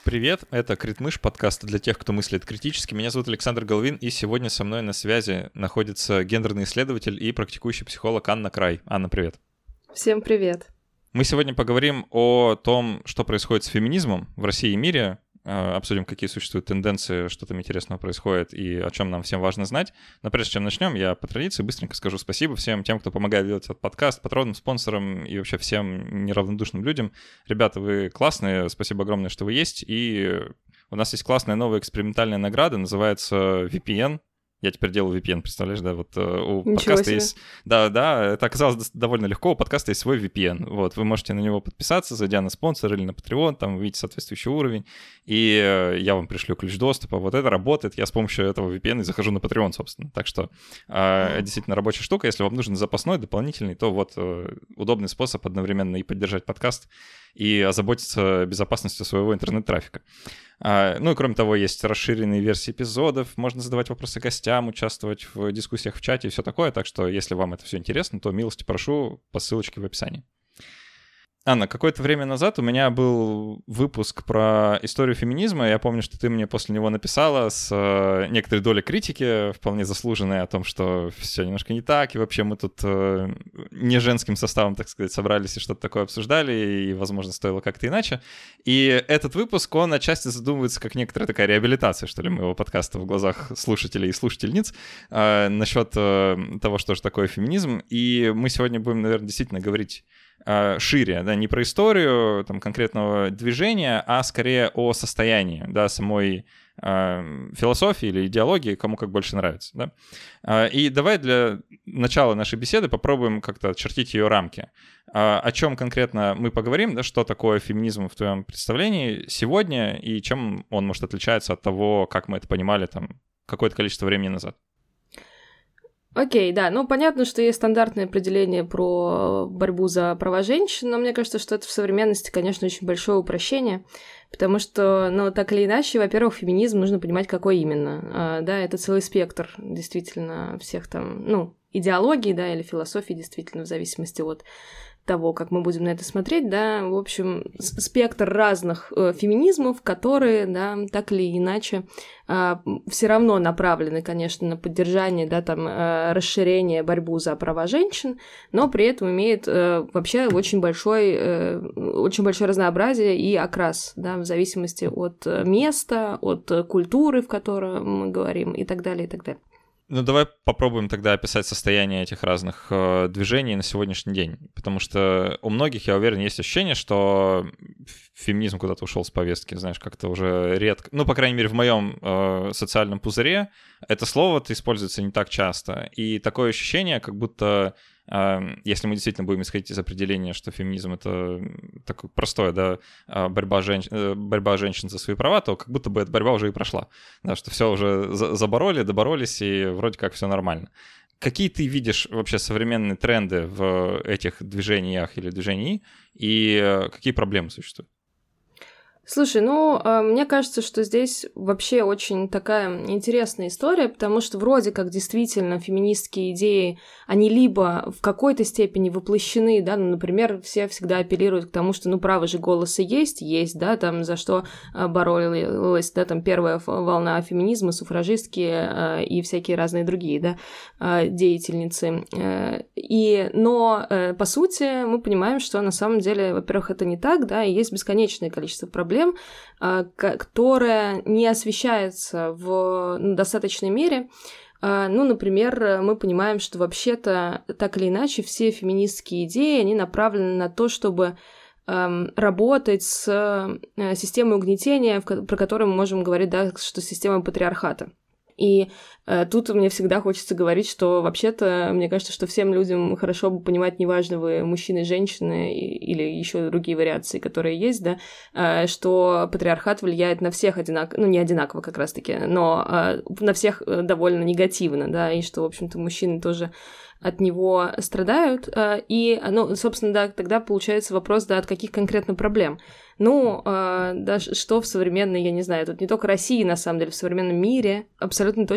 Привет, это Критмыш, подкаст для тех, кто мыслит критически. Меня зовут Александр Головин, и сегодня со мной на связи находится гендерный исследователь и практикующий психолог Анна Край. Анна, привет. Всем привет. Мы сегодня поговорим о том, что происходит с феминизмом в России и мире, обсудим, какие существуют тенденции, что там интересного происходит и о чем нам всем важно знать. Но прежде чем начнем, я по традиции быстренько скажу спасибо всем тем, кто помогает делать этот подкаст, патронам, спонсорам и вообще всем неравнодушным людям. Ребята, вы классные, спасибо огромное, что вы есть. И у нас есть классная новая экспериментальная награда, называется VPN. Я теперь делаю VPN, представляешь, да, вот у подкаста себе. есть... Да, это оказалось довольно легко, у подкаста есть свой VPN, вот, вы можете на него подписаться, зайдя на спонсор или на Patreon, там вы видите соответствующий уровень, и я вам пришлю ключ доступа, вот это работает, я с помощью этого VPN и захожу на Patreon, собственно, так что действительно рабочая штука, если вам нужен запасной, дополнительный, то вот удобный способ одновременно и поддержать подкаст, и озаботиться безопасностью своего интернет-трафика. Ну и кроме того, есть расширенные версии эпизодов, можно задавать вопросы гостям, участвовать в дискуссиях в чате и все такое, так что если вам это все интересно, то милости прошу по ссылочке в описании. Анна, какое-то время назад у меня был выпуск про историю феминизма. Я помню, что ты мне после него написала с некоторой долей критики, вполне заслуженной, о том, что все немножко не так, и вообще мы тут не женским составом, так сказать, собрались и что-то такое обсуждали, и, возможно, стоило как-то иначе. И этот выпуск, он отчасти задумывается как некоторая такая реабилитация, что ли, моего подкаста в глазах слушателей и слушательниц насчет того, что же такое феминизм. И мы сегодня будем, наверное, действительно говорить шире, да, не про историю там, конкретного движения, а скорее о состоянии, да, самой философии или идеологии, кому как больше нравится, да. И давай для начала нашей беседы попробуем как-то очертить ее рамки. О чем конкретно мы поговорим, да, что такое феминизм в твоем представлении сегодня и чем он может отличаться от того, как мы это понимали там какое-то количество времени назад. Окей, да, ну понятно, что есть стандартное определение про борьбу за права женщин, но мне кажется, что это в современности, конечно, очень большое упрощение, потому что, ну, так или иначе, во-первых, феминизм нужно понимать, какой именно, да, это целый спектр, действительно, всех там, ну, идеологий, да, или философии, действительно, в зависимости от того, как мы будем на это смотреть, да, в общем, спектр разных феминизмов, которые, да, так или иначе все равно направлены, конечно, на поддержание, да, там, расширение, борьбу за права женщин, но при этом имеет вообще очень большое разнообразие и окрас, да, в зависимости от места, от культуры, в которой мы говорим, и так далее, и так далее. Ну, давай попробуем тогда описать состояние этих разных движений на сегодняшний день. Потому что у многих, я уверен, есть ощущение, что феминизм куда-то ушел с повестки, знаешь, как-то уже редко. Ну, по крайней мере, в моем социальном пузыре это слово-то используется не так часто. И такое ощущение, как будто если мы действительно будем исходить из определения, что феминизм — это такое простое, да, борьба женщин за свои права, то как будто бы эта борьба уже и прошла. Да, что все уже доборолись, и вроде как все нормально. Какие ты видишь вообще современные тренды в этих движениях или движении, и какие проблемы существуют? Слушай, ну, мне кажется, что здесь вообще очень такая интересная история, потому что вроде как действительно феминистские идеи, они либо в какой-то степени воплощены, да, ну, например, все всегда апеллируют к тому, что, ну, право же голоса есть, да, там, за что боролась, да, там, первая волна феминизма, суфражистки и всякие разные другие, да, деятельницы. Но, по сути, мы понимаем, что на самом деле, во-первых, это не так, да, и есть бесконечное количество проблем, которая не освещается в достаточной мере. Ну, например, мы понимаем, что вообще-то так или иначе все феминистские идеи, они направлены на то, чтобы работать с системой угнетения, про которую мы можем говорить, да, что система патриархата. И тут мне всегда хочется говорить, что вообще-то, мне кажется, что всем людям хорошо бы понимать, неважно, вы мужчины, женщины или еще другие вариации, которые есть, да, что патриархат влияет на всех одинаково, ну, не одинаково как раз-таки, но на всех довольно негативно, да, и что, в общем-то, мужчины тоже от него страдают, и, ну, собственно, да, тогда получается вопрос, да, от каких конкретно проблем. Ну, да, что в современной, я не знаю, тут не только России, на самом деле, в современном мире абсолютно точно является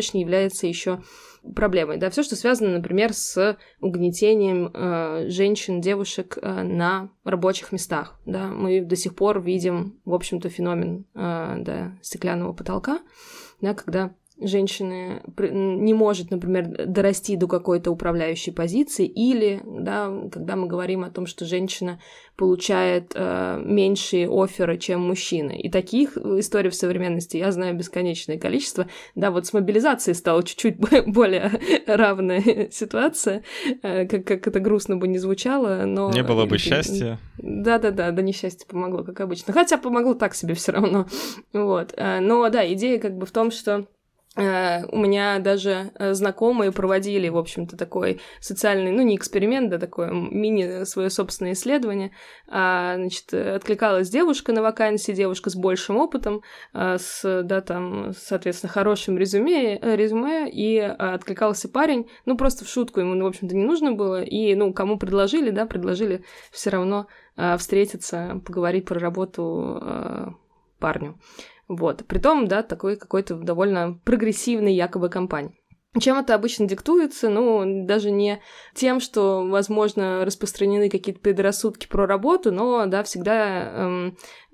является еще проблемой, да, все, что связано, например, с угнетением женщин, девушек на рабочих местах, да, мы до сих пор видим, в общем-то, феномен, да, стеклянного потолка, да, когда женщина не может, например, дорасти до какой-то управляющей позиции, или, да, когда мы говорим о том, что женщина получает меньшие офферы, чем мужчина. И таких историй в современности я знаю бесконечное количество. Да, вот с мобилизацией стала чуть-чуть более равная ситуация, как это грустно бы не звучало, но... Не было бы счастья. Да, несчастье помогло, как обычно. Хотя помогло так себе все равно. Вот. Но да, идея как бы в том, что у меня даже знакомые проводили, в общем-то, такой социальный, ну, не эксперимент, да, такое свое собственное исследование. Значит, откликалась девушка на вакансии, девушка с большим опытом, да, там, соответственно, хорошим резюме, и откликался парень, ну, просто в шутку, ему, в общем-то, не нужно было, и, ну, кому предложили, да, предложили все равно встретиться, поговорить про работу парню. Вот. Притом, да, такой какой-то довольно прогрессивной якобы компании. Чем это обычно диктуется? Ну, даже не тем, что, возможно, распространены какие-то предрассудки про работу, но, да, всегда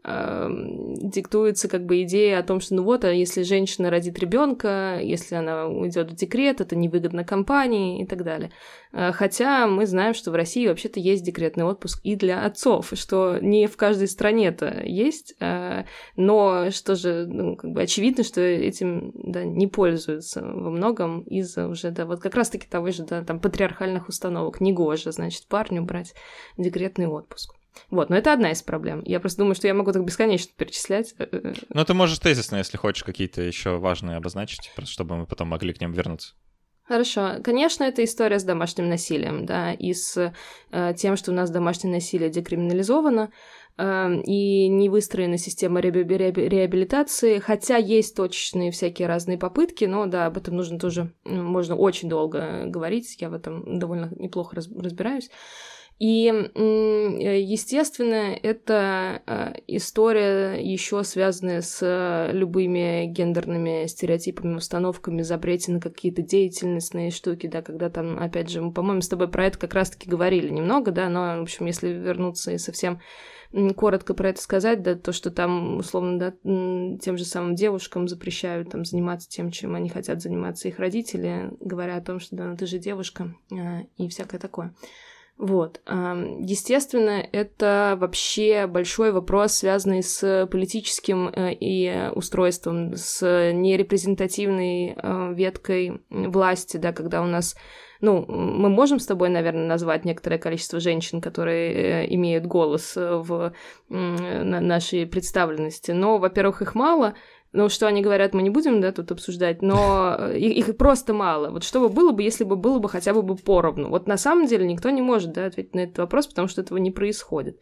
диктуется как бы идея о том, что, ну вот, а если женщина родит ребенка, если она уйдет в декрет, это невыгодно компании и так далее. Хотя мы знаем, что в России вообще-то есть декретный отпуск и для отцов, что не в каждой стране это есть, но что же, ну, как бы очевидно, что этим, да, не пользуются во многом из-за уже, да, вот как раз-таки того же, да, там, патриархальных установок. Негоже, значит, парню брать декретный отпуск. Вот, но это одна из проблем. Я просто думаю, что я могу так бесконечно перечислять. Ну, ты можешь тезисно, если хочешь, какие-то еще важные обозначить, просто чтобы мы потом могли к ним вернуться. Хорошо. Конечно, это история с домашним насилием, да, и с тем, что у нас домашнее насилие декриминализовано, и не выстроена система реабилитации, хотя есть точечные всякие разные попытки, но, да, об этом нужно тоже, можно очень долго говорить, я в этом довольно неплохо разбираюсь. И, естественно, это история еще связанная с любыми гендерными стереотипами, установками, запрете на какие-то деятельностные штуки, да, когда там, опять же, мы, по-моему, с тобой про это как раз-таки говорили немного, да, но, в общем, если вернуться и совсем коротко про это сказать, да, то, что там, условно, да, тем же самым девушкам запрещают там заниматься тем, чем они хотят заниматься их родители, говоря о том, что, да, ну, ты же девушка и всякое такое. Вот. Естественно, это вообще большой вопрос, связанный с политическим и устройством, с нерепрезентативной веткой власти, да, когда у нас, ну, мы можем с тобой, наверное, назвать некоторое количество женщин, которые имеют голос в нашей представленности, но, во-первых, их мало. Ну, что они говорят, мы не будем, да, тут обсуждать, но их просто мало. Вот что бы было бы, если бы было бы хотя бы поровну? Вот на самом деле никто не может, да, ответить на этот вопрос, потому что этого не происходит.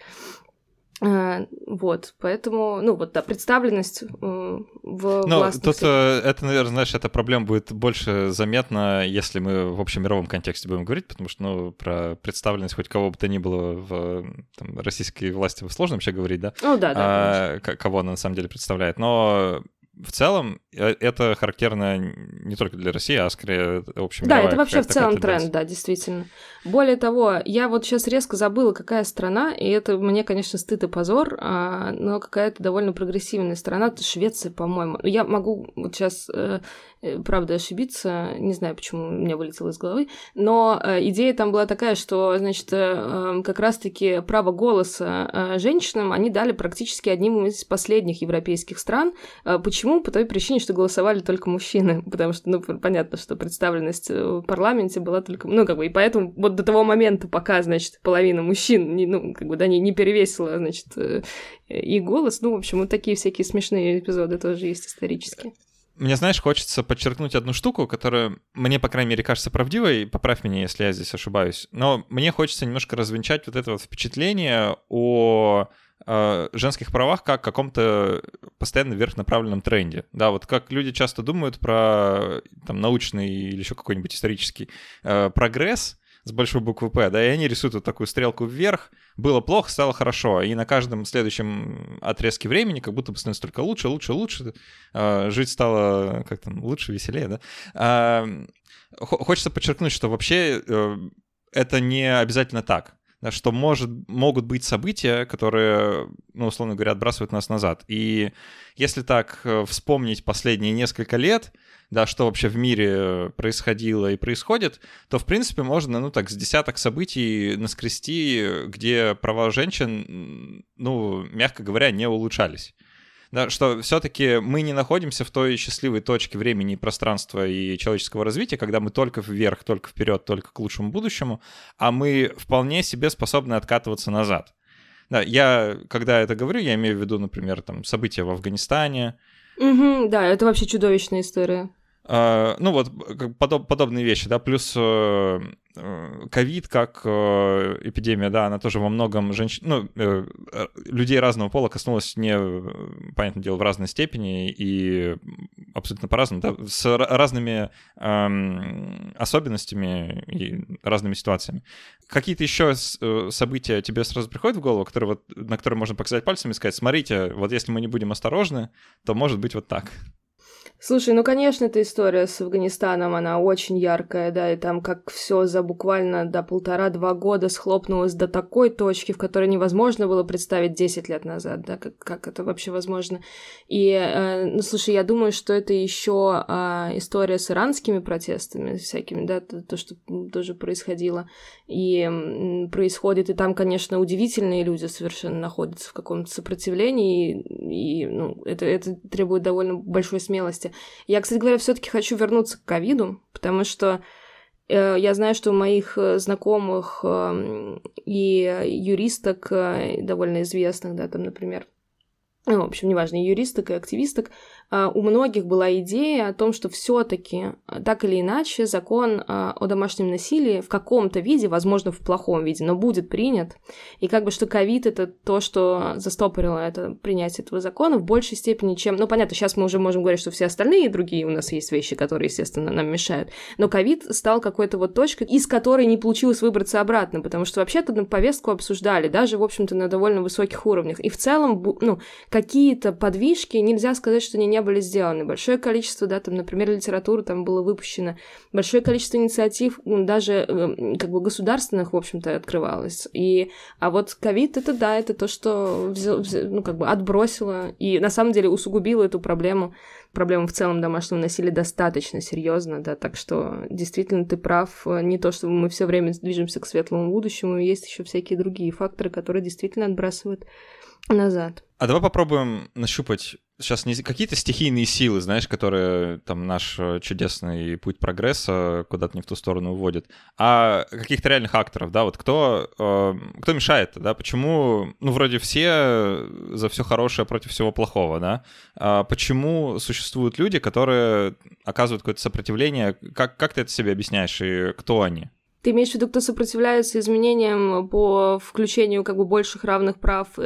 Вот, поэтому, ну, вот, да, представленность в властных... Ну, тут это, наверное, знаешь, эта проблема будет больше заметна, если мы в общемировом контексте будем говорить, потому что, ну, про представленность хоть кого бы то ни было в там, российской власти сложно вообще говорить, да? Ну, да, кого она на самом деле представляет, но... В целом, это характерно не только для России, а скорее общемировая. Да, это вообще в целом тренд, да, действительно. Более того, я вот сейчас резко забыла, какая страна, и это мне, конечно, стыд и позор, но какая-то довольно прогрессивная страна, это Швеция, по-моему. Я могу вот сейчас, правда, ошибиться, не знаю, почему у меня вылетело из головы, но идея там была такая, что, значит, как раз-таки право голоса женщинам они дали практически одним из последних европейских стран. Почему? По той причине, что голосовали только мужчины, потому что, ну, понятно, что представленность в парламенте была только, ну, как бы, и поэтому вот до того момента, пока, значит, половина мужчин, ну, как бы, да, не перевесила, значит, и голос, ну, в общем, вот такие всякие смешные эпизоды тоже есть исторические. Мне, знаешь, хочется подчеркнуть одну штуку, которая мне, по крайней мере, кажется правдивой, поправь меня, если я здесь ошибаюсь, но мне хочется немножко развенчать вот это вот впечатление о женских правах как каком-то постоянно вверхнаправленном тренде. Да, вот как люди часто думают про там, научный или еще какой-нибудь исторический прогресс, с большой буквы «П», да, и они рисуют вот такую стрелку вверх, было плохо, стало хорошо, и на каждом следующем отрезке времени как будто бы становится только лучше, жить стало как-то лучше, веселее, да. Хочется подчеркнуть, что вообще это не обязательно так. Да, что могут быть события, которые, ну, условно говоря, отбрасывают нас назад. И если так вспомнить последние несколько лет, да, что вообще в мире происходило и происходит, то, в принципе, можно, ну, так, с десяток событий наскрести, где права женщин, ну, мягко говоря, не улучшались. Да, что все-таки мы не находимся в той счастливой точке времени и пространства и человеческого развития, когда мы только вверх, только вперед, только к лучшему будущему, а мы вполне себе способны откатываться назад. Да, я, когда это говорю, я имею в виду, например, там, события в Афганистане. Да, это вообще чудовищная история. Ну вот, подобные вещи, да, плюс ковид как эпидемия, да, она тоже во многом людей разного пола коснулась понятное дело, в разной степени и абсолютно по-разному, да, с разными особенностями и разными ситуациями. Какие-то еще события тебе сразу приходят в голову, на которые можно показать пальцем и сказать: смотрите, вот если мы не будем осторожны, то может быть вот так. Слушай, ну, конечно, эта история с Афганистаном, она очень яркая, да, и там как все за буквально до 1,5-2 года схлопнулось до такой точки, в которой невозможно было представить 10 лет назад, да, как это вообще возможно. И, ну, слушай, я думаю, что это еще история с иранскими протестами всякими, да, то, что тоже происходило и происходит, и там, конечно, удивительные люди совершенно находятся в каком-то сопротивлении, и ну, это требует довольно большой смелости. Я, кстати говоря, все-таки хочу вернуться к ковиду, потому что я знаю, что у моих знакомых и юристок, довольно известных, да, там, например, ну, в общем, неважно, и юристок, и активисток, у многих была идея о том, что все-таки так или иначе закон о домашнем насилии в каком-то виде, возможно, в плохом виде, но будет принят. И как бы что ковид — это то, что застопорило это принятие этого закона в большей степени, чем... Ну, понятно, сейчас мы уже можем говорить, что все остальные другие у нас есть вещи, которые, естественно, нам мешают. Но ковид стал какой-то вот точкой, из которой не получилось выбраться обратно, потому что вообще-то повестку обсуждали, даже, в общем-то, на довольно высоких уровнях. И в целом, ну, какие-то подвижки, нельзя сказать, что они не были сделаны. Большое количество, да, там, например, литературы там было выпущено, большое количество инициатив, даже как бы государственных, в общем-то, открывалось. А вот ковид — это, да, это то, что ну, как бы отбросило и, на самом деле, усугубило эту проблему в целом домашнего насилия достаточно серьезно, да, так что действительно ты прав, не то, что мы все время движемся к светлому будущему, есть еще всякие другие факторы, которые действительно отбрасывают назад. А давай попробуем нащупать сейчас не какие-то стихийные силы, знаешь, которые там наш чудесный путь прогресса куда-то не в ту сторону уводит, а каких-то реальных акторов, да, вот кто мешает, да, почему, ну, вроде все за все хорошее против всего плохого, да, а почему существуют люди, которые оказывают какое-то сопротивление, как ты это себе объясняешь и кто они? Ты имеешь в виду, кто сопротивляется изменениям по включению как бы больших равных прав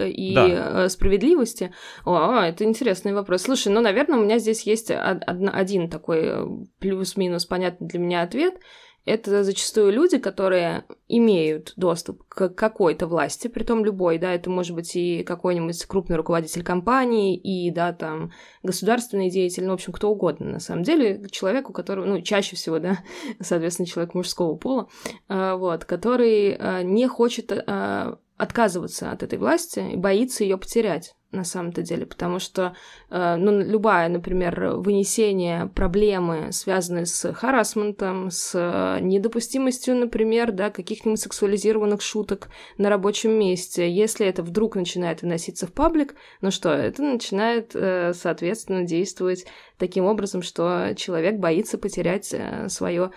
и справедливости? Это интересный вопрос. Слушай, ну, наверное, у меня здесь есть один такой плюс-минус понятный для меня ответ. Это зачастую люди, которые имеют доступ к какой-то власти, притом любой, да, это может быть и какой-нибудь крупный руководитель компании, и, да, там, государственный деятель, ну, в общем, кто угодно, на самом деле, человек, у которого, ну, чаще всего, да, соответственно, человек мужского пола, вот, который не хочет отказываться от этой власти и боится ее потерять. На самом-то деле, потому что, ну, любая, например, вынесение проблемы, связанной с харассментом, с недопустимостью, например, да, каких-нибудь сексуализированных шуток на рабочем месте, если это вдруг начинает выноситься в паблик, ну что, это начинает, соответственно, действовать таким образом, что человек боится потерять свою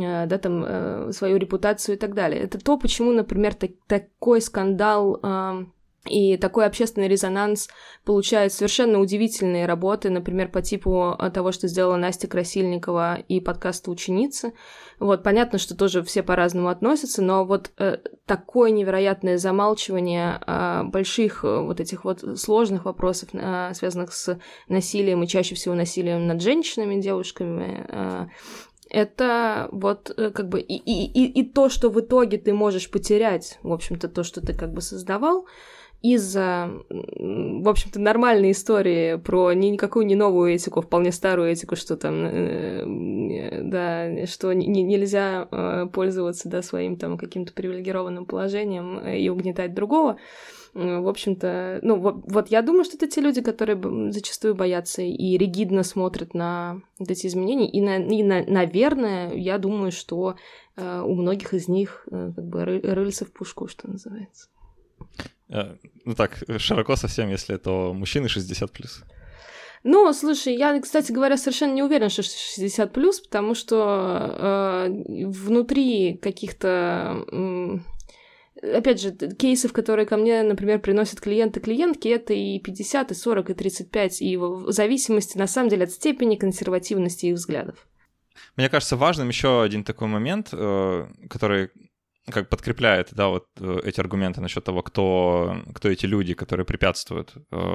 репутацию и так далее. Это то, почему, например, такой скандал и такой общественный резонанс получает совершенно удивительные работы, например, по типу того, что сделала Настя Красильникова и подкаста «Ученицы». Вот, понятно, что тоже все по-разному относятся, но вот такое невероятное замалчивание больших вот этих вот сложных вопросов, связанных с насилием и чаще всего насилием над женщинами, девушками, это вот как бы и то, что в итоге ты можешь потерять, в общем-то, то, что ты как бы создавал, из-за, в общем-то, нормальной истории про никакую не новую этику, вполне старую этику, что там, да, что нельзя пользоваться, да, своим там каким-то привилегированным положением и угнетать другого. В общем-то, ну, вот я думаю, что это те люди, которые зачастую боятся и ригидно смотрят на вот эти изменения. И наверное, я думаю, что у многих из них как бы рыльца в пушку, что называется. Ну так, широко совсем, если это мужчины 60+. Ну, слушай, я, кстати говоря, совершенно не уверена, что 60+, потому что внутри каких-то... Опять же, кейсов, которые ко мне, например, приносят клиенты-клиентки, это и 50, и 40, и 35, и в зависимости, на самом деле, от степени консервативности их взглядов. Мне кажется, важным еще один такой момент, который как подкрепляет, да, вот эти аргументы насчет того, кто эти люди, которые препятствуют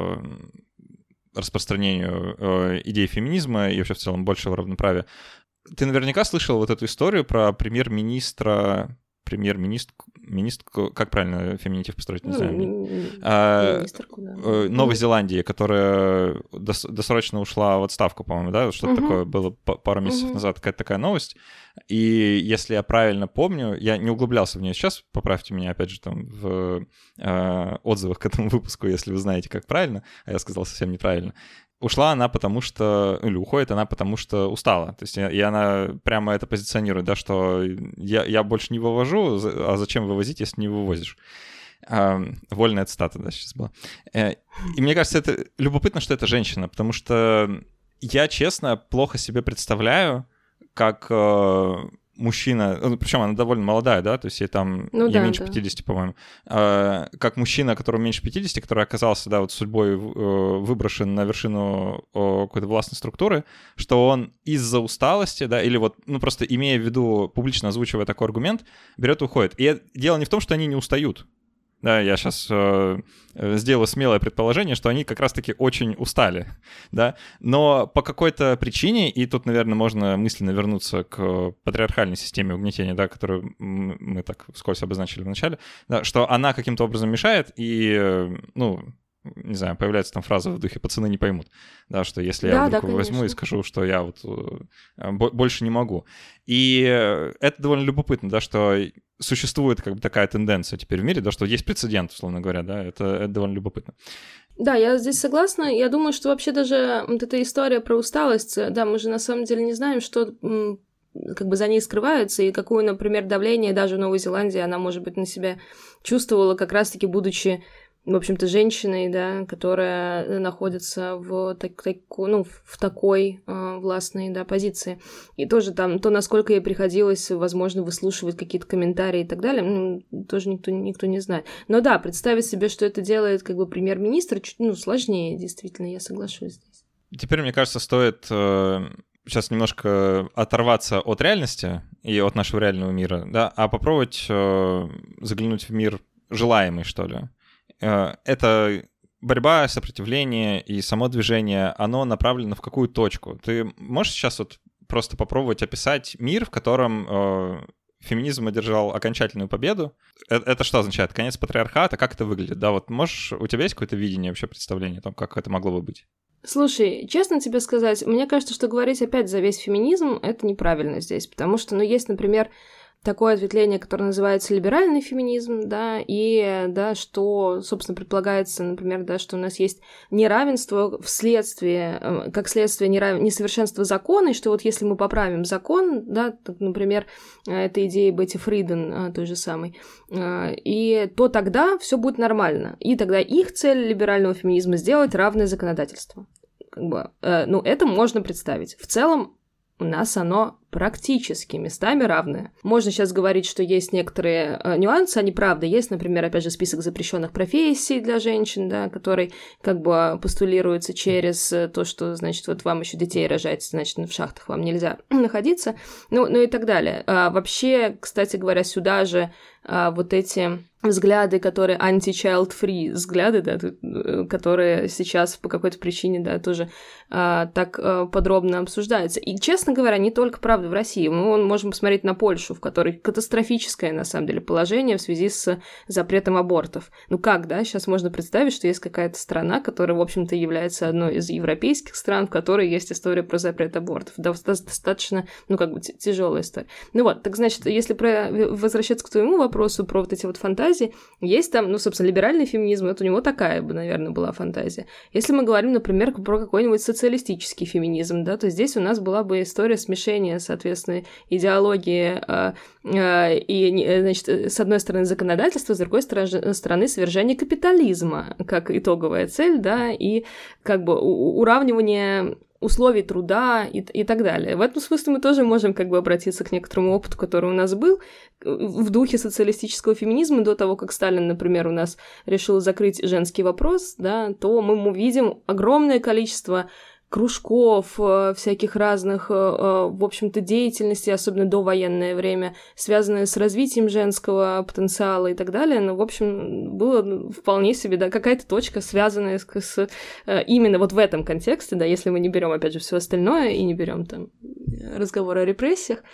распространению идей феминизма и вообще в целом большего равноправия. Ты наверняка слышал вот эту историю про премьер-министру, как правильно феминитив построить, не знаю. Министрку, да. Новой Зеландии, которая досрочно ушла в отставку, по-моему, да? Что-то такое было пару месяцев назад, какая-то такая новость. И если я правильно помню, я не углублялся в нее сейчас, поправьте меня, опять же, там в отзывах к этому выпуску, если вы знаете, как правильно, а я сказал совсем неправильно. Ушла она потому что... Или уходит она потому что устала. То есть и она прямо это позиционирует, да, что я больше не вывожу, а зачем вывозить, если не вывозишь? Вольная цитата, да, сейчас была. И мне кажется, это любопытно, что это женщина, потому что я, честно, плохо себе представляю, как мужчина, причем она довольно молодая, да, то есть ей там ей меньше 50, по-моему, как мужчина, которому меньше 50, который оказался, да, вот судьбой выброшен на вершину какой-то властной структуры, что он из-за усталости, да, или вот, ну, просто имея в виду, публично озвучивая такой аргумент, берет и уходит. И дело не в том, что они не устают. Да, я сейчас сделаю смелое предположение, что они как раз-таки очень устали, да, но по какой-то причине, и тут, наверное, можно мысленно вернуться к патриархальной системе угнетения, да, которую мы так вскользь обозначили в начале, да, что она каким-то образом мешает, и, ну, не знаю, появляется там фраза в духе «пацаны не поймут», да, что если я вдруг возьму и скажу, что я вот больше не могу. И это довольно любопытно, да, что существует как бы такая тенденция теперь в мире, да, что есть прецедент, условно говоря, да, это довольно любопытно. Да, я здесь согласна. Я думаю, что вообще даже вот эта история про усталость, да, мы же на самом деле не знаем, что как бы за ней скрывается, и какое, например, давление даже в Новой Зеландии она, может быть, на себя чувствовала, как раз-таки будучи, в общем-то, женщиной, да, которая находится в такой властной, да, позиции. И тоже там, то, насколько ей приходилось, возможно, выслушивать какие-то комментарии и так далее, тоже никто не знает. Но да, представить себе, что это делает как бы премьер-министр, чуть, сложнее, действительно, я соглашусь здесь. Теперь, мне кажется, стоит сейчас немножко оторваться от реальности и от нашего реального мира, да, а попробовать заглянуть в мир желаемый, что ли. Это борьба, сопротивление и само движение, оно направлено в какую точку? Ты можешь сейчас вот просто попробовать описать мир, в котором феминизм одержал окончательную победу? Это что означает? Конец патриархата? Как это выглядит? Да, вот можешь, у тебя есть какое-то видение, вообще представление о том, как это могло бы быть? Слушай, честно тебе сказать, мне кажется, что говорить опять за весь феминизм — это неправильно здесь, потому что, есть, например, такое ответвление, которое называется либеральный феминизм, да, и, да, что, собственно, предполагается, например, да, что у нас есть неравенство как следствие несовершенства закона, и что вот если мы поправим закон, да, так, например, это идея Бетти Фриден той же самой, и то тогда все будет нормально, и тогда их цель либерального феминизма — сделать равное законодательство. Как бы, это можно представить. В целом, у нас оно практически местами равное. Можно сейчас говорить, что есть некоторые нюансы, они правда есть, например, опять же, список запрещенных профессий для женщин, да, который как бы постулируется через то, что, значит, вот вам еще детей рожать, значит, в шахтах вам нельзя находиться, ну и так далее. Вообще, кстати говоря, сюда же вот эти взгляды, которые anti-child-free взгляды, да, которые сейчас по какой-то причине, да, тоже так подробно обсуждаются. И, честно говоря, не только, правда, правда, в России. Мы можем посмотреть на Польшу, в которой катастрофическое, на самом деле, положение в связи с запретом абортов. Ну как, да, сейчас можно представить, что есть какая-то страна, которая, в общем-то, является одной из европейских стран, в которой есть история про запрет абортов. Достаточно, тяжелая история. Ну вот, так значит, если возвращаться к твоему вопросу про вот эти вот фантазии, есть там, собственно, либеральный феминизм, вот у него такая бы, наверное, была фантазия. Если мы говорим, например, про какой-нибудь социалистический феминизм, да, то здесь у нас была бы история смешения, соответственно, идеологии и, значит, с одной стороны, законодательства, с другой стороны, свержения капитализма, как итоговая цель, да, и как бы уравнивание условий труда и так далее. В этом смысле мы тоже можем как бы обратиться к некоторому опыту, который у нас был в духе социалистического феминизма до того, как Сталин, например, у нас решил закрыть женский вопрос, да, то мы видим огромное количество кружков, всяких разных, в общем-то, деятельности, особенно довоенное время, связанное с развитием женского потенциала и так далее. Но, в общем, было вполне себе, да, какая-то точка, связанная с именно вот в этом контексте, да, если мы не берем, опять же, все остальное и не берем там разговоры о репрессиях,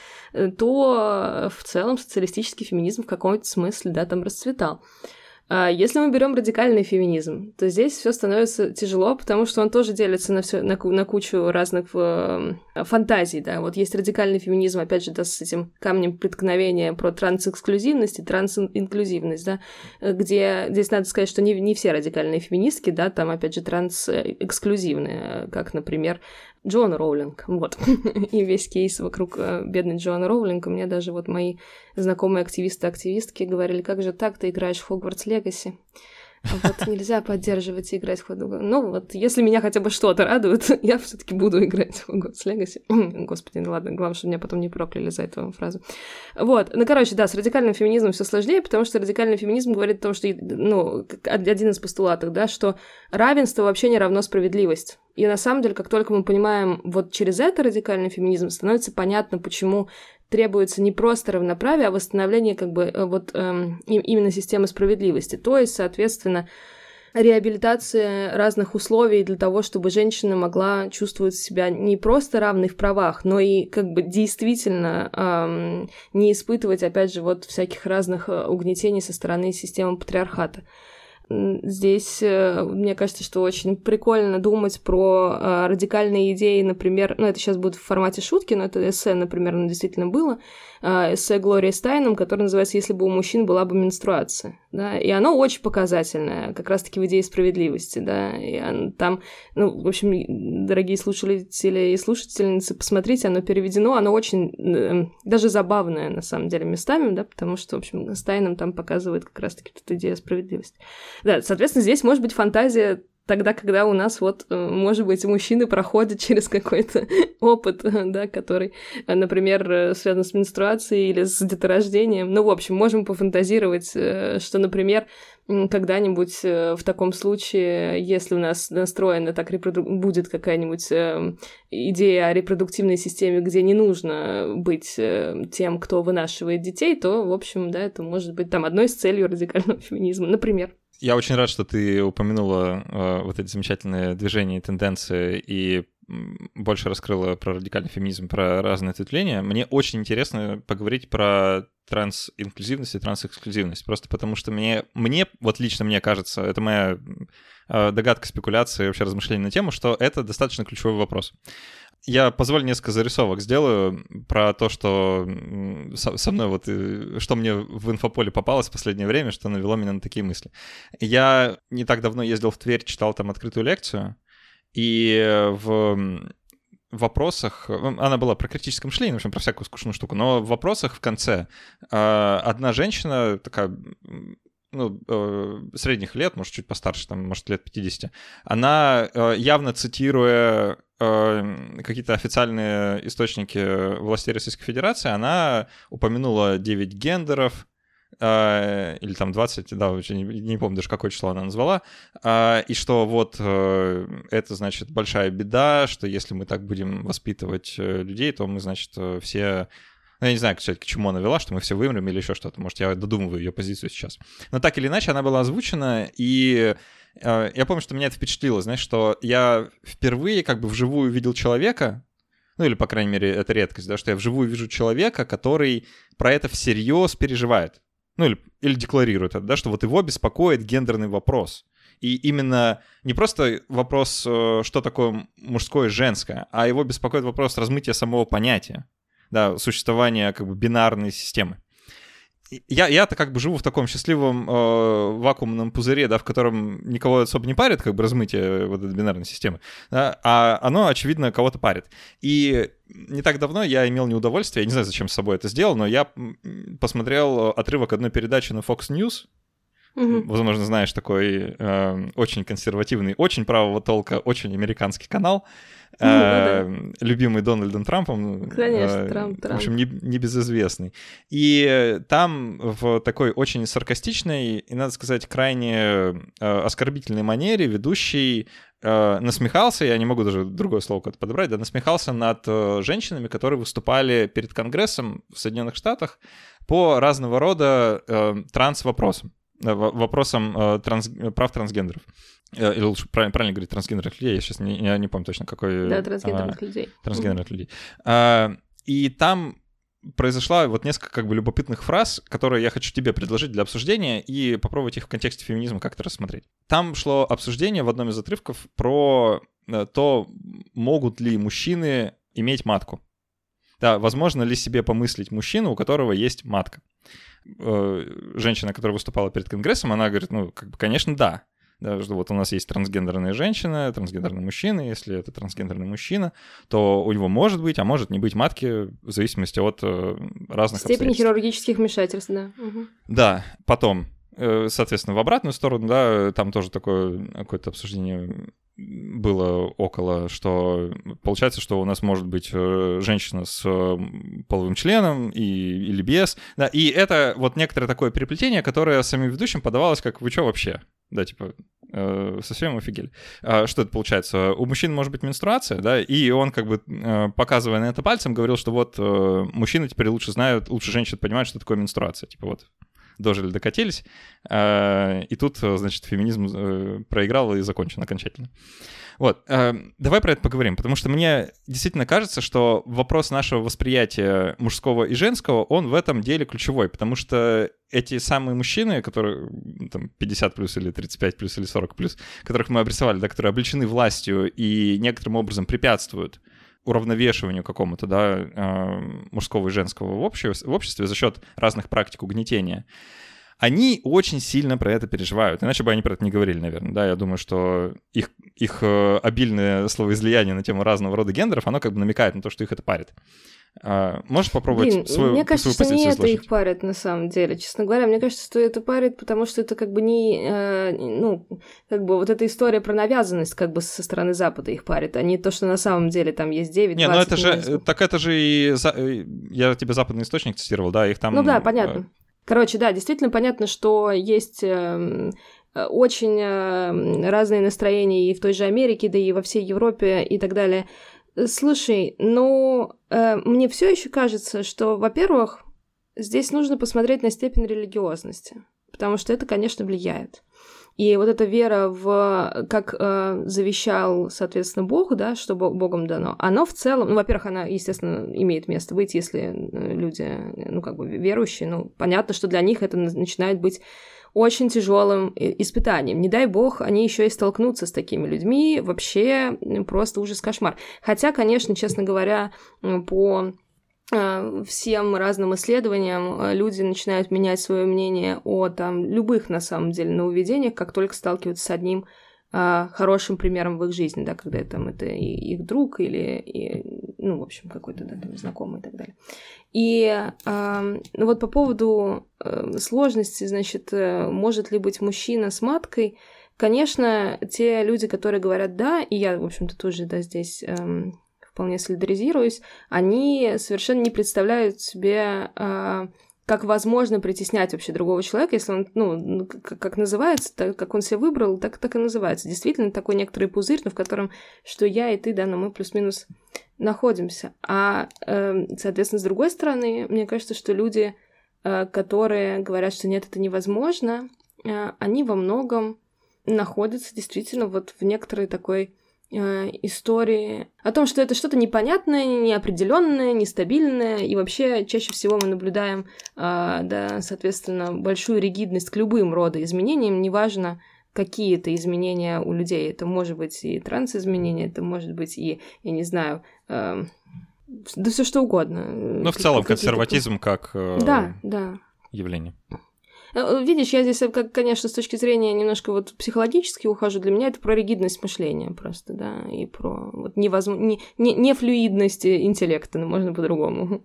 то в целом социалистический феминизм в каком-то смысле, да, там расцветал. Если мы берем радикальный феминизм, то здесь все становится тяжело, потому что он тоже делится на кучу разных фантазий, да. Вот есть радикальный феминизм, опять же, да, с этим камнем преткновения про трансэксклюзивность и трансинклюзивность, да, где здесь надо сказать, что не все радикальные феминистки, да, там, опять же, трансэксклюзивные, как, например, Джоан Роулинг, вот, и весь кейс вокруг бедной Джоан Роулинг. У меня даже вот мои знакомые активисты-активистки говорили, как же так, ты играешь в Хогвартс Легаси, а вот нельзя поддерживать и играть в Хогвартс. Ну вот, если меня хотя бы что-то радует, я все-таки буду играть в Хогвартс Легаси. Господи, ну ладно, главное, чтобы меня потом не прокляли за эту фразу. Вот, ну короче, да, с радикальным феминизмом все сложнее, потому что радикальный феминизм говорит о том, что, один из постулатов, да, что равенство вообще не равно справедливость. И на самом деле, как только мы понимаем вот через это радикальный феминизм, становится понятно, почему требуется не просто равноправие, а восстановление как бы именно системы справедливости. То есть, соответственно, реабилитация разных условий для того, чтобы женщина могла чувствовать себя не просто равной в правах, но и как бы действительно не испытывать, опять же, вот всяких разных угнетений со стороны системы патриархата. Здесь, мне кажется, что очень прикольно думать про радикальные идеи, например, это сейчас будет в формате шутки, но это эссе, например, оно действительно было, эссе Глории Стайнем, которое называется «Если бы у мужчин была бы менструация». Да? И оно очень показательное, как раз-таки в идее справедливости. Да? И там, в общем, дорогие слушатели и слушательницы, посмотрите, оно переведено, оно очень даже забавное, на самом деле, местами, да, потому что, в общем, Стайном там показывает как раз-таки эту идею справедливости. Да, соответственно, здесь может быть фантазия тогда, когда у нас может быть, мужчины проходят через какой-то опыт, да, который, например, связан с менструацией или с деторождением. В общем, можем пофантазировать, что, например, когда-нибудь в таком случае, если у нас настроена так будет какая-нибудь идея о репродуктивной системе, где не нужно быть тем, кто вынашивает детей, то, в общем, да, это может быть там одной из целей радикального феминизма, например. Я очень рад, что ты упомянула вот эти замечательные движения и тенденции и больше раскрыла про радикальный феминизм, про разные ответвления. Мне очень интересно поговорить про трансинклюзивность и трансэксклюзивность, просто потому что мне вот лично мне кажется, это моя догадка, спекуляция, вообще размышления на тему, что это достаточно ключевой вопрос. Я, позволь, несколько зарисовок сделаю про то, что со мной что мне в инфополе попалось в последнее время, что навело меня на такие мысли. Я не так давно ездил в Тверь, читал там открытую лекцию, и в вопросах, она была про критическое мышление, в общем, про всякую скучную штуку, но в вопросах в конце одна женщина такая, средних лет, может, чуть постарше, там, может, лет 50, она, явно цитируя какие-то официальные источники властей Российской Федерации, она упомянула 9 гендеров, или там 20, да, вообще не помню даже, какое число она назвала, и что вот это, значит, большая беда, что если мы так будем воспитывать людей, то мы, значит, все... я не знаю, кстати, к чему она вела, что мы все вымрем или еще что-то. Может, я додумываю ее позицию сейчас. Но так или иначе, она была озвучена, и я помню, что меня это впечатлило, знаешь, что я впервые как бы вживую видел человека, ну или, по крайней мере, это редкость, да, что я вживую вижу человека, который про это всерьез переживает, ну или декларирует это, да, что вот его беспокоит гендерный вопрос. И именно не просто вопрос, что такое мужское и женское, а его беспокоит вопрос размытия самого понятия, да, существования как бы бинарной системы. Я-то как бы живу в таком счастливом вакуумном пузыре, да, в котором никого особо не парит, как бы размытие вот этой бинарной системы, да, а оно, очевидно, кого-то парит. И не так давно я имел неудовольствие, я не знаю, зачем с собой это сделал, но я посмотрел отрывок одной передачи на Fox News. Возможно, знаешь, такой очень консервативный, очень правого толка, очень американский канал, любимый Дональдом Трампом. Конечно, Трамп. В общем, небезызвестный. И там в такой очень саркастичной и, надо сказать, крайне оскорбительной манере ведущий насмехался, я не могу даже другое слово как-то подобрать, да, насмехался над женщинами, которые выступали перед Конгрессом в Соединенных Штатах по разного рода транс-вопросам. Вопросом прав трансгендеров. Или лучше правильно говорить трансгендерных людей, я сейчас не помню точно, какой... Да, трансгендерных людей. Трансгендерных людей. И там произошла вот несколько как бы любопытных фраз, которые я хочу тебе предложить для обсуждения и попробовать их в контексте феминизма как-то рассмотреть. Там шло обсуждение в одном из отрывков про то, могут ли мужчины иметь матку. Да, возможно ли себе помыслить мужчину, у которого есть матка? Женщина, которая выступала перед Конгрессом, она говорит, ну, как бы, конечно, да. Да, что вот у нас есть трансгендерная женщина, трансгендерный мужчина. Если это трансгендерный мужчина, то у него может быть, а может не быть матки в зависимости от разных степени хирургических вмешательств, да. Угу. Да, потом, соответственно, в обратную сторону, да, там тоже такое какое-то обсуждение было около, что получается, что у нас может быть женщина с половым членом или без. Да, и это вот некоторое такое переплетение, которое самим ведущим подавалось как «вы чё вообще?» Да, типа, совсем офигели. Что это получается? У мужчин может быть менструация, да, и он как бы, показывая на это пальцем, говорил, что вот мужчины теперь лучше знают, лучше женщины понимают, что такое менструация. Типа вот дожили, докатились, и тут, значит, феминизм проиграл и закончен окончательно. Вот, давай про это поговорим, потому что мне действительно кажется, что вопрос нашего восприятия мужского и женского, он в этом деле ключевой, потому что эти самые мужчины, которые там 50+, или 35+, или 40+, которых мы обрисовали, да, которые облечены властью и некоторым образом препятствуют уравновешиванию какому-то, да, мужского и женского в обществе за счет разных практик угнетения, они очень сильно про это переживают. Иначе бы они про это не говорили, наверное. Да, я думаю, что их обильное словоизлияние на тему разного рода гендеров, оно как бы намекает на то, что их это парит. Можешь попробовать свою позицию изложить? Мне кажется, что не это их парит на самом деле. Честно говоря, мне кажется, что это парит, потому что это как бы не... ну, как бы вот эта история про навязанность как бы со стороны Запада их парит, а не то, что на самом деле там есть 9, 20... Не, ну это же... Так это же и... Я тебе западный источник цитировал, да, их там... Ну да, понятно. Короче, да, действительно понятно, что есть очень разные настроения и в той же Америке, да и во всей Европе и так далее. Слушай, ну, мне все еще кажется, что, во-первых, здесь нужно посмотреть на степень религиозности, потому что это, конечно, влияет. И вот эта вера в, как завещал, соответственно, Бог, да, что Богом дано, оно в целом, ну, во-первых, она, естественно, имеет место быть, если люди, ну, как бы верующие, ну, понятно, что для них это начинает быть очень тяжелым испытанием. Не дай бог, они еще и столкнутся с такими людьми, вообще просто ужас-кошмар. Хотя, конечно, честно говоря, по всем разным исследованиям люди начинают менять свое мнение о там любых, на самом деле, нововведениях, как только сталкиваются с одним хорошим примером в их жизни, да, когда там это их друг или ну, в общем, какой-то, да, там, знакомый и так далее. И ну, вот по поводу сложности, значит, может ли быть мужчина с маткой, конечно, те люди, которые говорят «да», и я, в общем-то, тоже, да, здесь... вполне солидаризируюсь, они совершенно не представляют себе, как возможно притеснять вообще другого человека, если он, ну, как называется, так, как он себя выбрал, так и называется. Действительно, такой некоторый пузырь, но в котором, что я и ты, да, но мы плюс-минус находимся. А, соответственно, с другой стороны, мне кажется, что люди, которые говорят, что нет, это невозможно, они во многом находятся действительно вот в некоторой такой истории о том, что это что-то непонятное, неопределенное, нестабильное, и вообще чаще всего мы наблюдаем, да, соответственно, большую ригидность к любым рода изменениям, неважно, какие-то изменения у людей. Это может быть и трансизменения, это может быть и, я не знаю, да все что угодно. Ну, в целом, консерватизм как явление. Видишь, я здесь, конечно, с точки зрения немножко вот психологически ухожу. Для меня это про ригидность мышления просто, да, и про вот не флюидность интеллекта, но можно по-другому.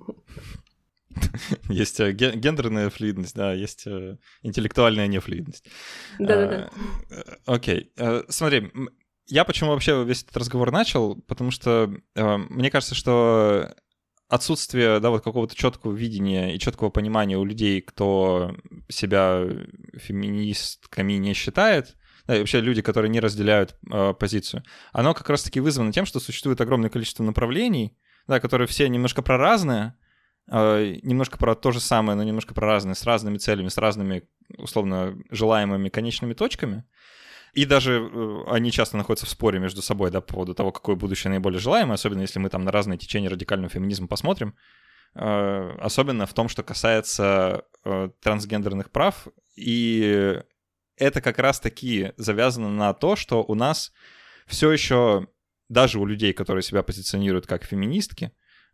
Есть гендерная флюидность, да, есть интеллектуальная нефлюидность. Да-да-да. Окей. Смотри, я почему вообще весь этот разговор начал, потому что мне кажется, что отсутствие, да, вот какого-то четкого видения и четкого понимания у людей, кто себя феминистками не считает, да, и вообще люди, которые не разделяют позицию, оно как раз-таки вызвано тем, что существует огромное количество направлений, да, которые все немножко про разное, немножко про то же самое, но немножко про разное, с разными целями, с разными, условно, желаемыми конечными точками. И даже они часто находятся в споре между собой, да, по поводу того, какое будущее наиболее желаемое, особенно если мы там на разные течения радикального феминизма посмотрим. Особенно в том, что касается трансгендерных прав. И это как раз-таки завязано на то, что у нас все еще, даже у людей, которые себя позиционируют как феминистки,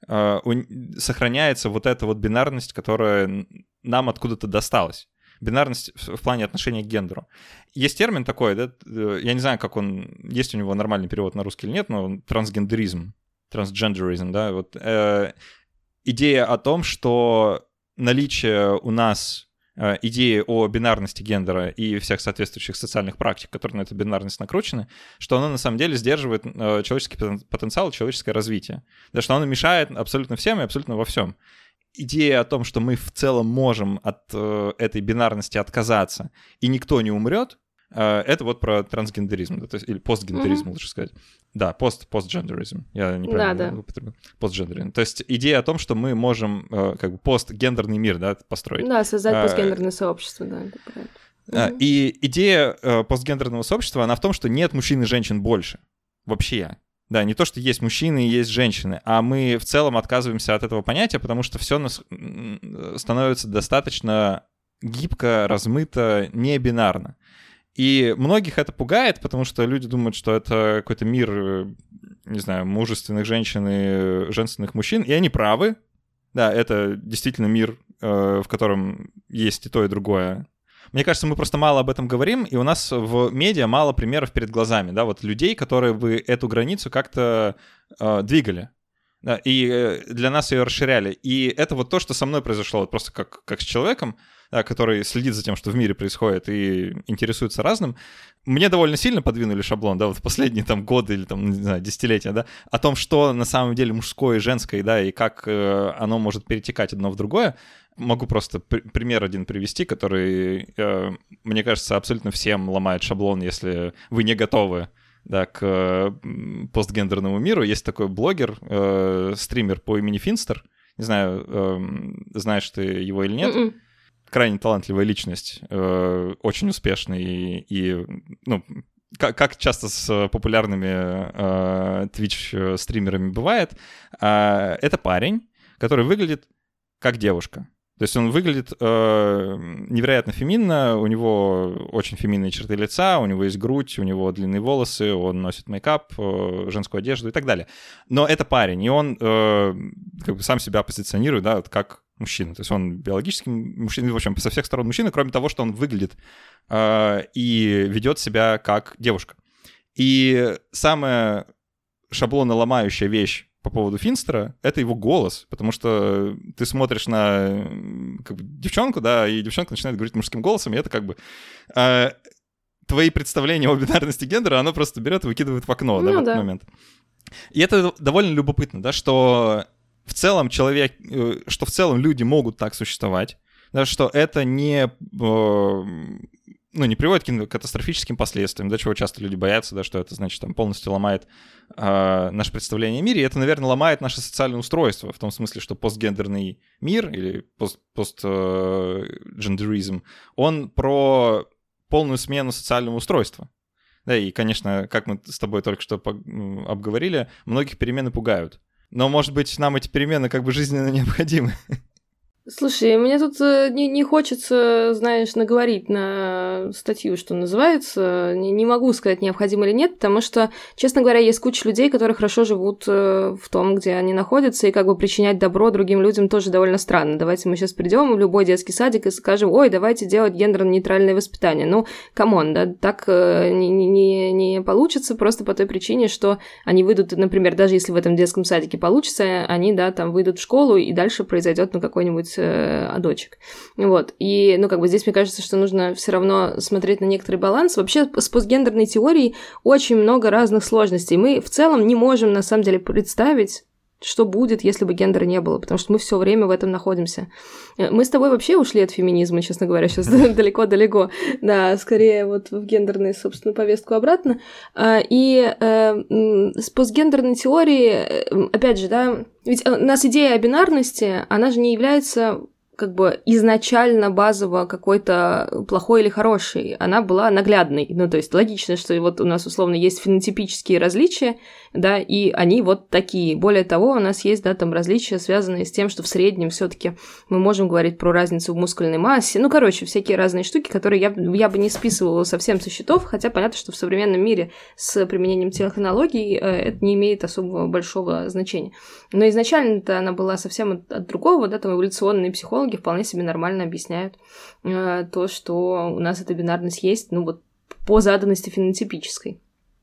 сохраняется вот эта вот бинарность, которая нам откуда-то досталась. Бинарность в плане отношения к гендеру. Есть термин такой, да, я не знаю, как он, есть у него нормальный перевод на русский или нет, но трансгендеризм, трансгендеризм, да, вот идея о том, что наличие у нас идеи о бинарности гендера и всех соответствующих социальных практик, которые на эту бинарность накручены, что оно на самом деле сдерживает человеческий потенциал, человеческое развитие. Да, что оно мешает абсолютно всем и абсолютно во всем. Идея о том, что мы в целом можем от этой бинарности отказаться, и никто не умрет, это вот про трансгендеризм, да, то есть, или постгендеризм, лучше сказать. Да, постгендеризм. Я неправильно употребил. Постгендеризм. То есть идея о том, что мы можем как бы постгендерный мир, да, построить. Да, создать постгендерное сообщество, да, это правильно. И идея постгендерного сообщества, она в том, что нет мужчин и женщин больше. Вообще. Да, не то, что есть мужчины и есть женщины, а мы в целом отказываемся от этого понятия, потому что все становится достаточно гибко, размыто, не бинарно. И многих это пугает, потому что люди думают, что это какой-то мир, не знаю, мужественных женщин и женственных мужчин, и они правы. Да, это действительно мир, в котором есть и то, и другое. Мне кажется, мы просто мало об этом говорим, и у нас в медиа мало примеров перед глазами, да, вот людей, которые бы эту границу как-то двигали, да, и для нас ее расширяли. И это вот то, что со мной произошло, вот просто как с человеком, да, который следит за тем, что в мире происходит, и интересуется разным. Мне довольно сильно подвинули шаблон, да, вот в последние там годы или там, не знаю, десятилетия, да, о том, что на самом деле мужское и женское, да, и как оно может перетекать одно в другое. Могу просто пример один привести, который, мне кажется, абсолютно всем ломает шаблон, если вы не готовы, да, к постгендерному миру. Есть такой блогер, стример по имени Финстер. Не знаю, знаешь ты его или нет. Крайне талантливая личность, очень успешный и ну, как часто с популярными Twitch-стримерами бывает, это парень, который выглядит как девушка. То есть он выглядит невероятно феминно, у него очень феминные черты лица, у него есть грудь, у него длинные волосы, он носит мейкап, женскую одежду и так далее. Но это парень, и он как бы сам себя позиционирует, да, вот как мужчина. То есть он биологический мужчина, в общем, со всех сторон мужчина, кроме того, что он выглядит и ведет себя как девушка. И самая шаблоноломающая вещь по поводу Финстера — это его голос, потому что ты смотришь на как бы девчонку, да, и девчонка начинает говорить мужским голосом, и это как бы твои представления о бинарности гендера, оно просто берет и выкидывает в окно, да, в этот момент. И это довольно любопытно, да, что в целом что в целом люди могут так существовать, да, что это не приводит к катастрофическим последствиям, да, чего часто люди боятся, да, что это, значит, там полностью ломает наше представление о мире, и это, наверное, ломает наше социальное устройство, в том смысле, что постгендерный мир или постгендеризм, он про полную смену социального устройства. Да, и, конечно, как мы с тобой только что обговорили, многих перемены пугают. Но, может быть, нам эти перемены как бы жизненно необходимы. Слушай, мне тут не хочется, знаешь, наговорить на статью, что называется. Не могу сказать, необходимо или нет, потому что, честно говоря, есть куча людей, которые хорошо живут в том, где они находятся, и как бы причинять добро другим людям тоже довольно странно. Давайте мы сейчас придем в любой детский садик и скажем: ой, давайте делать гендерно-нейтральное воспитание. Ну, камон, да, так не получится просто по той причине, что они выйдут, например, даже если в этом детском садике получится, они, да, там выйдут в школу, и дальше произойдет, ну, какой-нибудь дочек. Вот. И, ну, как бы здесь, мне кажется, что нужно все равно смотреть на некоторый баланс. Вообще, с постгендерной теорией очень много разных сложностей. Мы в целом не можем, на самом деле, представить, что будет, если бы гендера не было, потому что мы все время в этом находимся. Мы с тобой вообще ушли от феминизма, честно говоря, сейчас далеко-далеко, да, скорее вот в гендерную, собственно, повестку обратно. И с постгендерной теорией, опять же, да, ведь у нас идея о бинарности, она же не является как бы изначально базово какой-то плохой или хороший, она была наглядной. Ну, то есть логично, что вот у нас условно есть фенотипические различия, да, и они вот такие. Более того, у нас есть, да, там различия, связанные с тем, что в среднем все-таки мы можем говорить про разницу в мускульной массе. Ну, короче, всякие разные штуки, которые я бы не списывала совсем со счетов, хотя понятно, что в современном мире с применением технологий это не имеет особого большого значения. Но изначально-то она была совсем от другого, да, там эволюционные психологи вполне себе нормально объясняют то, что у нас эта бинарность есть, ну вот по заданности фенотипической.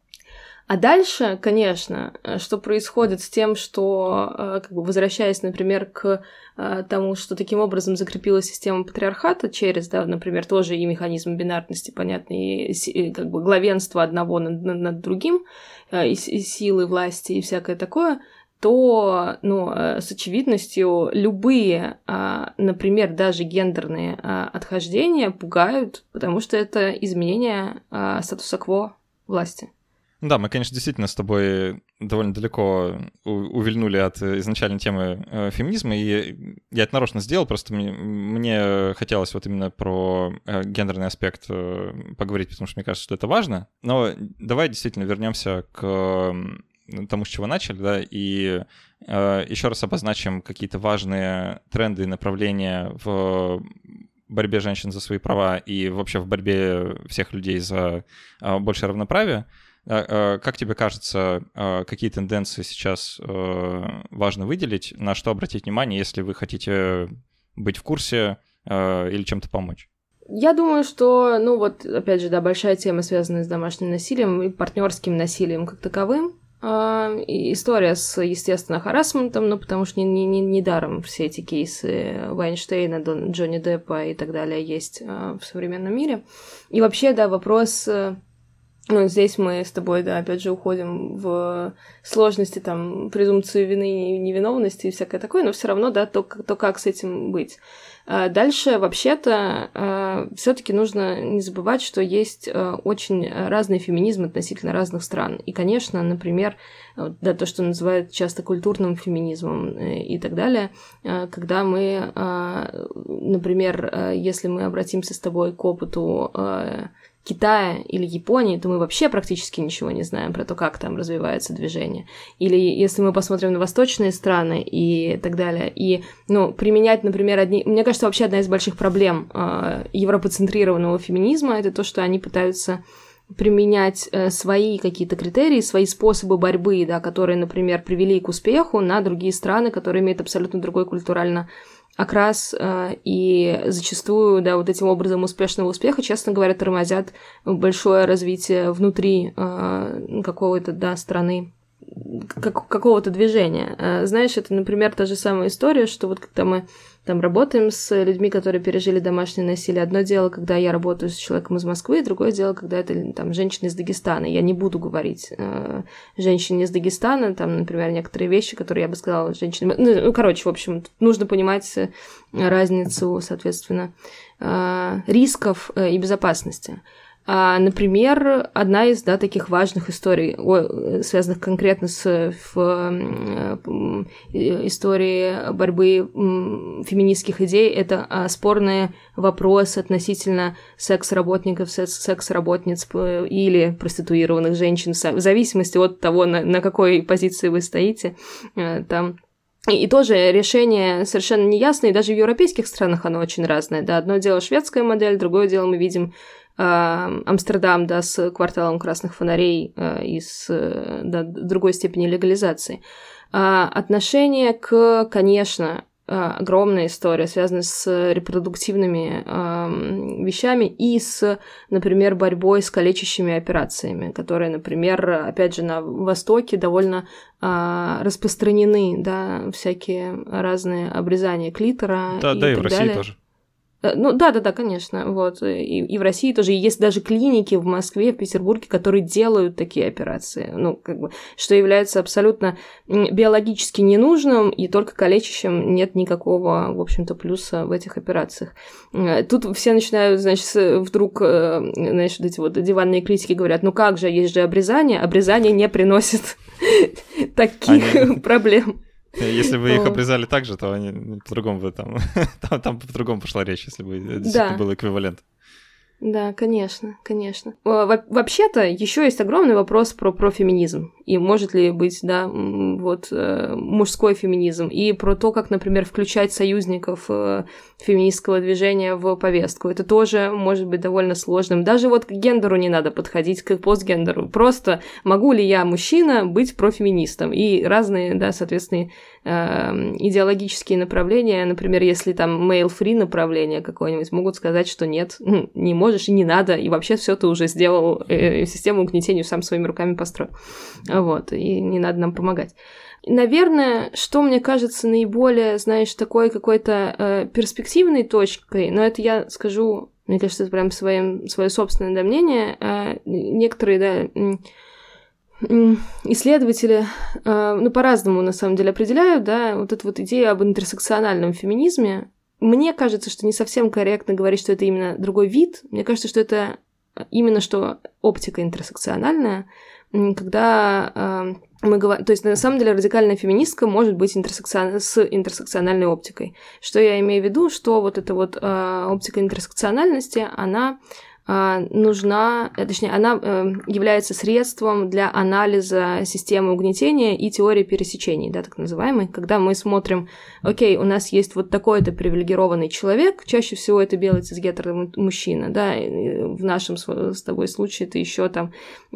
А дальше, конечно, что происходит с тем, что, как бы возвращаясь, например, к тому, что таким образом закрепилась система патриархата через, да, например, тоже и механизм бинарности, понятно, и как бы главенство одного над другим, и силы власти и всякое такое, то, ну, с очевидностью любые, например, даже гендерные отхождения пугают, потому что это изменение статуса кво власти. Да, мы, конечно, действительно с тобой довольно далеко увильнули от изначальной темы феминизма, и я это нарочно сделал, просто мне хотелось вот именно про гендерный аспект поговорить, потому что мне кажется, что это важно. Но давай действительно вернемся к тому, с чего начали, да, и еще раз обозначим какие-то важные тренды и направления в борьбе женщин за свои права и вообще в борьбе всех людей за большее равноправие. Как тебе кажется, какие тенденции сейчас важно выделить, на что обратить внимание, если вы хотите быть в курсе или чем-то помочь? Я думаю, что, ну вот, опять же, да, большая тема, связанная с домашним насилием и партнерским насилием как таковым. История с, естественно, харассментом, ну, потому что не даром все эти кейсы Вайнштейна, Джонни Деппа и так далее есть в современном мире. И вообще, да, вопрос... Ну, здесь мы с тобой, да, опять же, уходим в сложности, там, презумпции вины и невиновности и всякое такое, но все равно, да, то, как с этим быть. Дальше, вообще-то, все-таки нужно не забывать, что есть очень разный феминизм относительно разных стран. И, конечно, например, да, то, что называют часто культурным феминизмом и так далее, когда мы, например, если мы обратимся с тобой к опыту Китая или Японии, то мы вообще практически ничего не знаем про то, как там развивается движение. Или если мы посмотрим на восточные страны и так далее, и, ну, применять, например, Мне кажется, вообще одна из больших проблем европоцентрированного феминизма — это то, что они пытаются применять свои какие-то критерии, свои способы борьбы, да, которые, например, привели к успеху на другие страны, которые имеют абсолютно другой культурально окрас, и зачастую, да, вот этим образом успешного успеха, честно говоря, тормозят большое развитие внутри какого-то, да, страны, какого-то движения. Знаешь, это, например, та же самая история, что вот когда мы там работаем с людьми, которые пережили домашнее насилие, одно дело, когда я работаю с человеком из Москвы, другое дело, когда это там женщина из Дагестана. Я не буду говорить женщине из Дагестана, там, например, некоторые вещи, которые я бы сказала женщине... Ну, короче, в общем, нужно понимать разницу, соответственно, рисков и безопасности. Например, одна из, да, таких важных историй, связанных конкретно с историей борьбы феминистских идей, это спорные вопросы относительно секс-работников, секс-работниц или проституированных женщин, в зависимости от того, на какой позиции вы стоите, там. И тоже решение совершенно неясное, и даже в европейских странах оно очень разное. Да, одно дело шведская модель, другое дело мы видим Амстердам, да, с кварталом красных фонарей и с другой степени легализации. Отношение конечно, огромная история, связанная с репродуктивными вещами и с, например, борьбой с калечащими операциями, которые, например, опять же, на Востоке довольно распространены, да, всякие разные обрезания клитора. Да, и в России тоже. Ну, да, конечно, вот, и в России тоже, и есть даже клиники в Москве, в Петербурге, которые делают такие операции, ну, как бы, что является абсолютно биологически ненужным, и только калечащим нет никакого, в общем-то, плюса в этих операциях. Тут все начинают, значит, вдруг, знаешь, вот эти вот диванные критики говорят, ну как же, есть же обрезание не приносит таких проблем. Если бы их обрезали так же, то они по-другому бы там по-другому пошла речь, если бы действительно был эквивалент. Да, конечно. Вообще-то еще есть огромный вопрос про феминизм. И может ли быть, да, вот мужской феминизм. И про то, как, например, включать союзников феминистского движения в повестку. Это тоже может быть довольно сложным. Даже вот к гендеру не надо подходить, к постгендеру. Просто могу ли я, мужчина, быть профеминистом? И разные, да, соответственно, идеологические направления, например, если там male-free направление какое-нибудь, могут сказать, что нет, не можешь и не надо, и вообще все ты уже сделал, систему угнетения сам своими руками построил. Вот, и не надо нам помогать. Наверное, что мне кажется наиболее, знаешь, такой какой-то перспективной точкой, но это я скажу, мне кажется, это прям свое собственное мнение, некоторые, да, исследователи, ну, по-разному, на самом деле, определяют, да, вот эту вот идею об интерсекциональном феминизме. Мне кажется, что не совсем корректно говорить, что это именно другой вид. Мне кажется, что это именно что оптика интерсекциональная, когда мы говорим... То есть, на самом деле, радикальная феминистка может быть с интерсекциональной оптикой. Что я имею в виду? Что вот эта вот оптика интерсекциональности, она нужна, точнее, она является средством для анализа системы угнетения и теории пересечений, да, так называемой, когда мы смотрим, окей, у нас есть вот такой-то привилегированный человек, чаще всего это белый цисгетеро мужчина, да, в нашем с тобой случае это еще там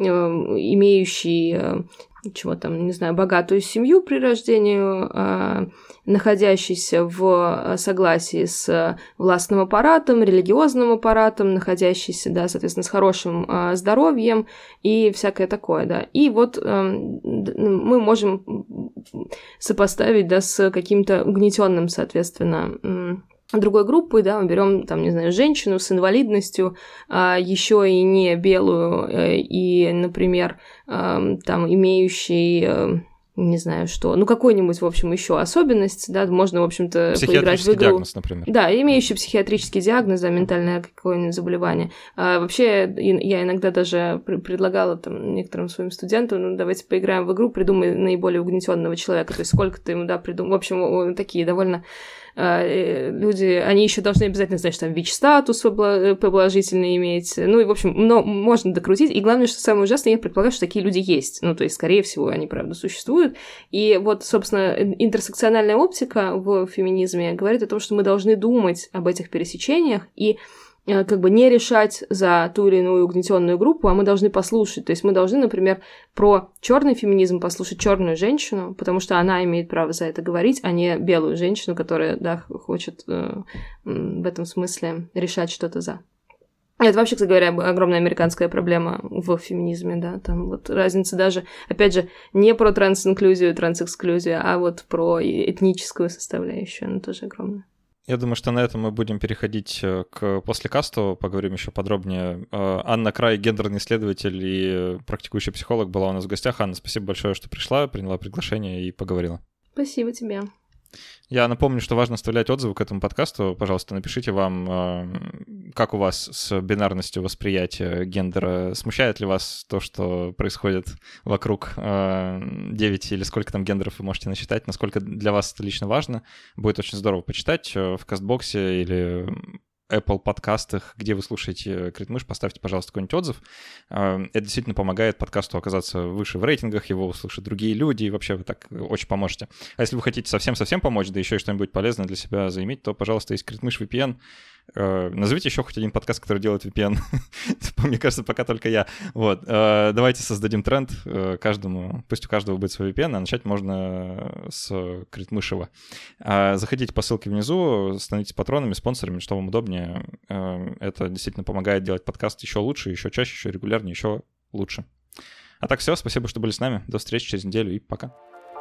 имеющий чего там, не знаю, богатую семью при рождении, находящийся в согласии с властным аппаратом, религиозным аппаратом, находящийся, да, соответственно, с хорошим здоровьем и всякое такое, да. И вот мы можем сопоставить, да, с каким-то угнетенным, соответственно, другой группы, да, мы берем, там, не знаю, женщину с инвалидностью, еще и не белую, и, например, там, имеющий, не знаю что, ну, какой-нибудь, в общем, еще особенность, да, можно, в общем-то, поиграть в игру. Психиатрический диагноз, например. Да, имеющий психиатрический диагноз, да, ментальное какое-нибудь заболевание. Вообще, я иногда даже предлагала там некоторым своим студентам, ну, давайте поиграем в игру, придумай наиболее угнетенного человека, то есть сколько ты ему, да, придумал. В общем, такие довольно люди, они еще должны обязательно знать, что там ВИЧ-статус положительный иметь. Ну и, в общем, можно докрутить. И главное, что самое ужасное, я предполагаю, что такие люди есть. Ну, то есть, скорее всего, они, правда, существуют. И вот, собственно, интерсекциональная оптика в феминизме говорит о том, что мы должны думать об этих пересечениях и как бы не решать за ту или иную угнетенную группу, а мы должны послушать. То есть мы должны, например, про черный феминизм послушать черную женщину, потому что она имеет право за это говорить, а не белую женщину, которая, да, хочет в этом смысле решать что-то за. Это вообще, кстати говоря, огромная американская проблема в феминизме, да, там вот разница даже, опять же, не про трансинклюзию, трансэксклюзию, а вот про этническую составляющую, она тоже огромная. Я думаю, что на этом мы будем переходить к послекасту, поговорим еще подробнее. Анна Край, гендерный исследователь и практикующий психолог, была у нас в гостях. Анна, спасибо большое, что пришла, приняла приглашение и поговорила. Спасибо тебе. Я напомню, что важно оставлять отзывы к этому подкасту. Пожалуйста, напишите вам, как у вас с бинарностью восприятия гендера. Смущает ли вас то, что происходит вокруг 9 или сколько там гендеров вы можете насчитать? Насколько для вас это лично важно? Будет очень здорово почитать в Кастбоксе или Apple подкастах, где вы слушаете Критмыш, поставьте, пожалуйста, какой-нибудь отзыв. Это действительно помогает подкасту оказаться выше в рейтингах, его услышат другие люди, и вообще вы так очень поможете. А если вы хотите совсем-совсем помочь, да еще и что-нибудь полезное для себя заиметь, то, пожалуйста, есть Критмыш VPN. Назовите еще хоть один подкаст, который делает VPN. Мне кажется, пока только я. Вот. Давайте создадим тренд каждому. Пусть у каждого будет свой VPN, а начать можно с Критмышева. Заходите по ссылке внизу, становитесь патронами, спонсорами, что вам удобнее. Это действительно помогает делать подкаст еще лучше, еще чаще, еще регулярнее, еще лучше. А так все, спасибо, что были с нами. До встречи через неделю и пока.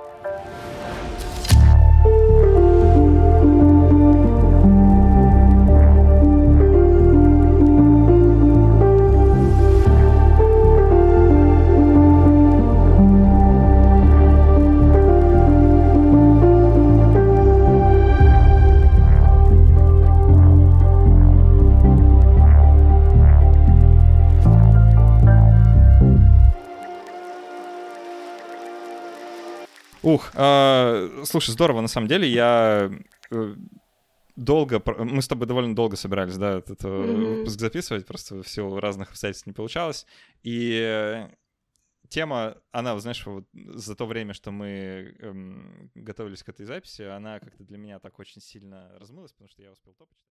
Слушай, здорово, на самом деле, мы с тобой довольно долго собирались, да, этот выпуск записывать, просто в силу разных обстоятельств не получалось, и тема, она, знаешь, вот за то время, что мы готовились к этой записи, она как-то для меня так очень сильно размылась, потому что я успел топать.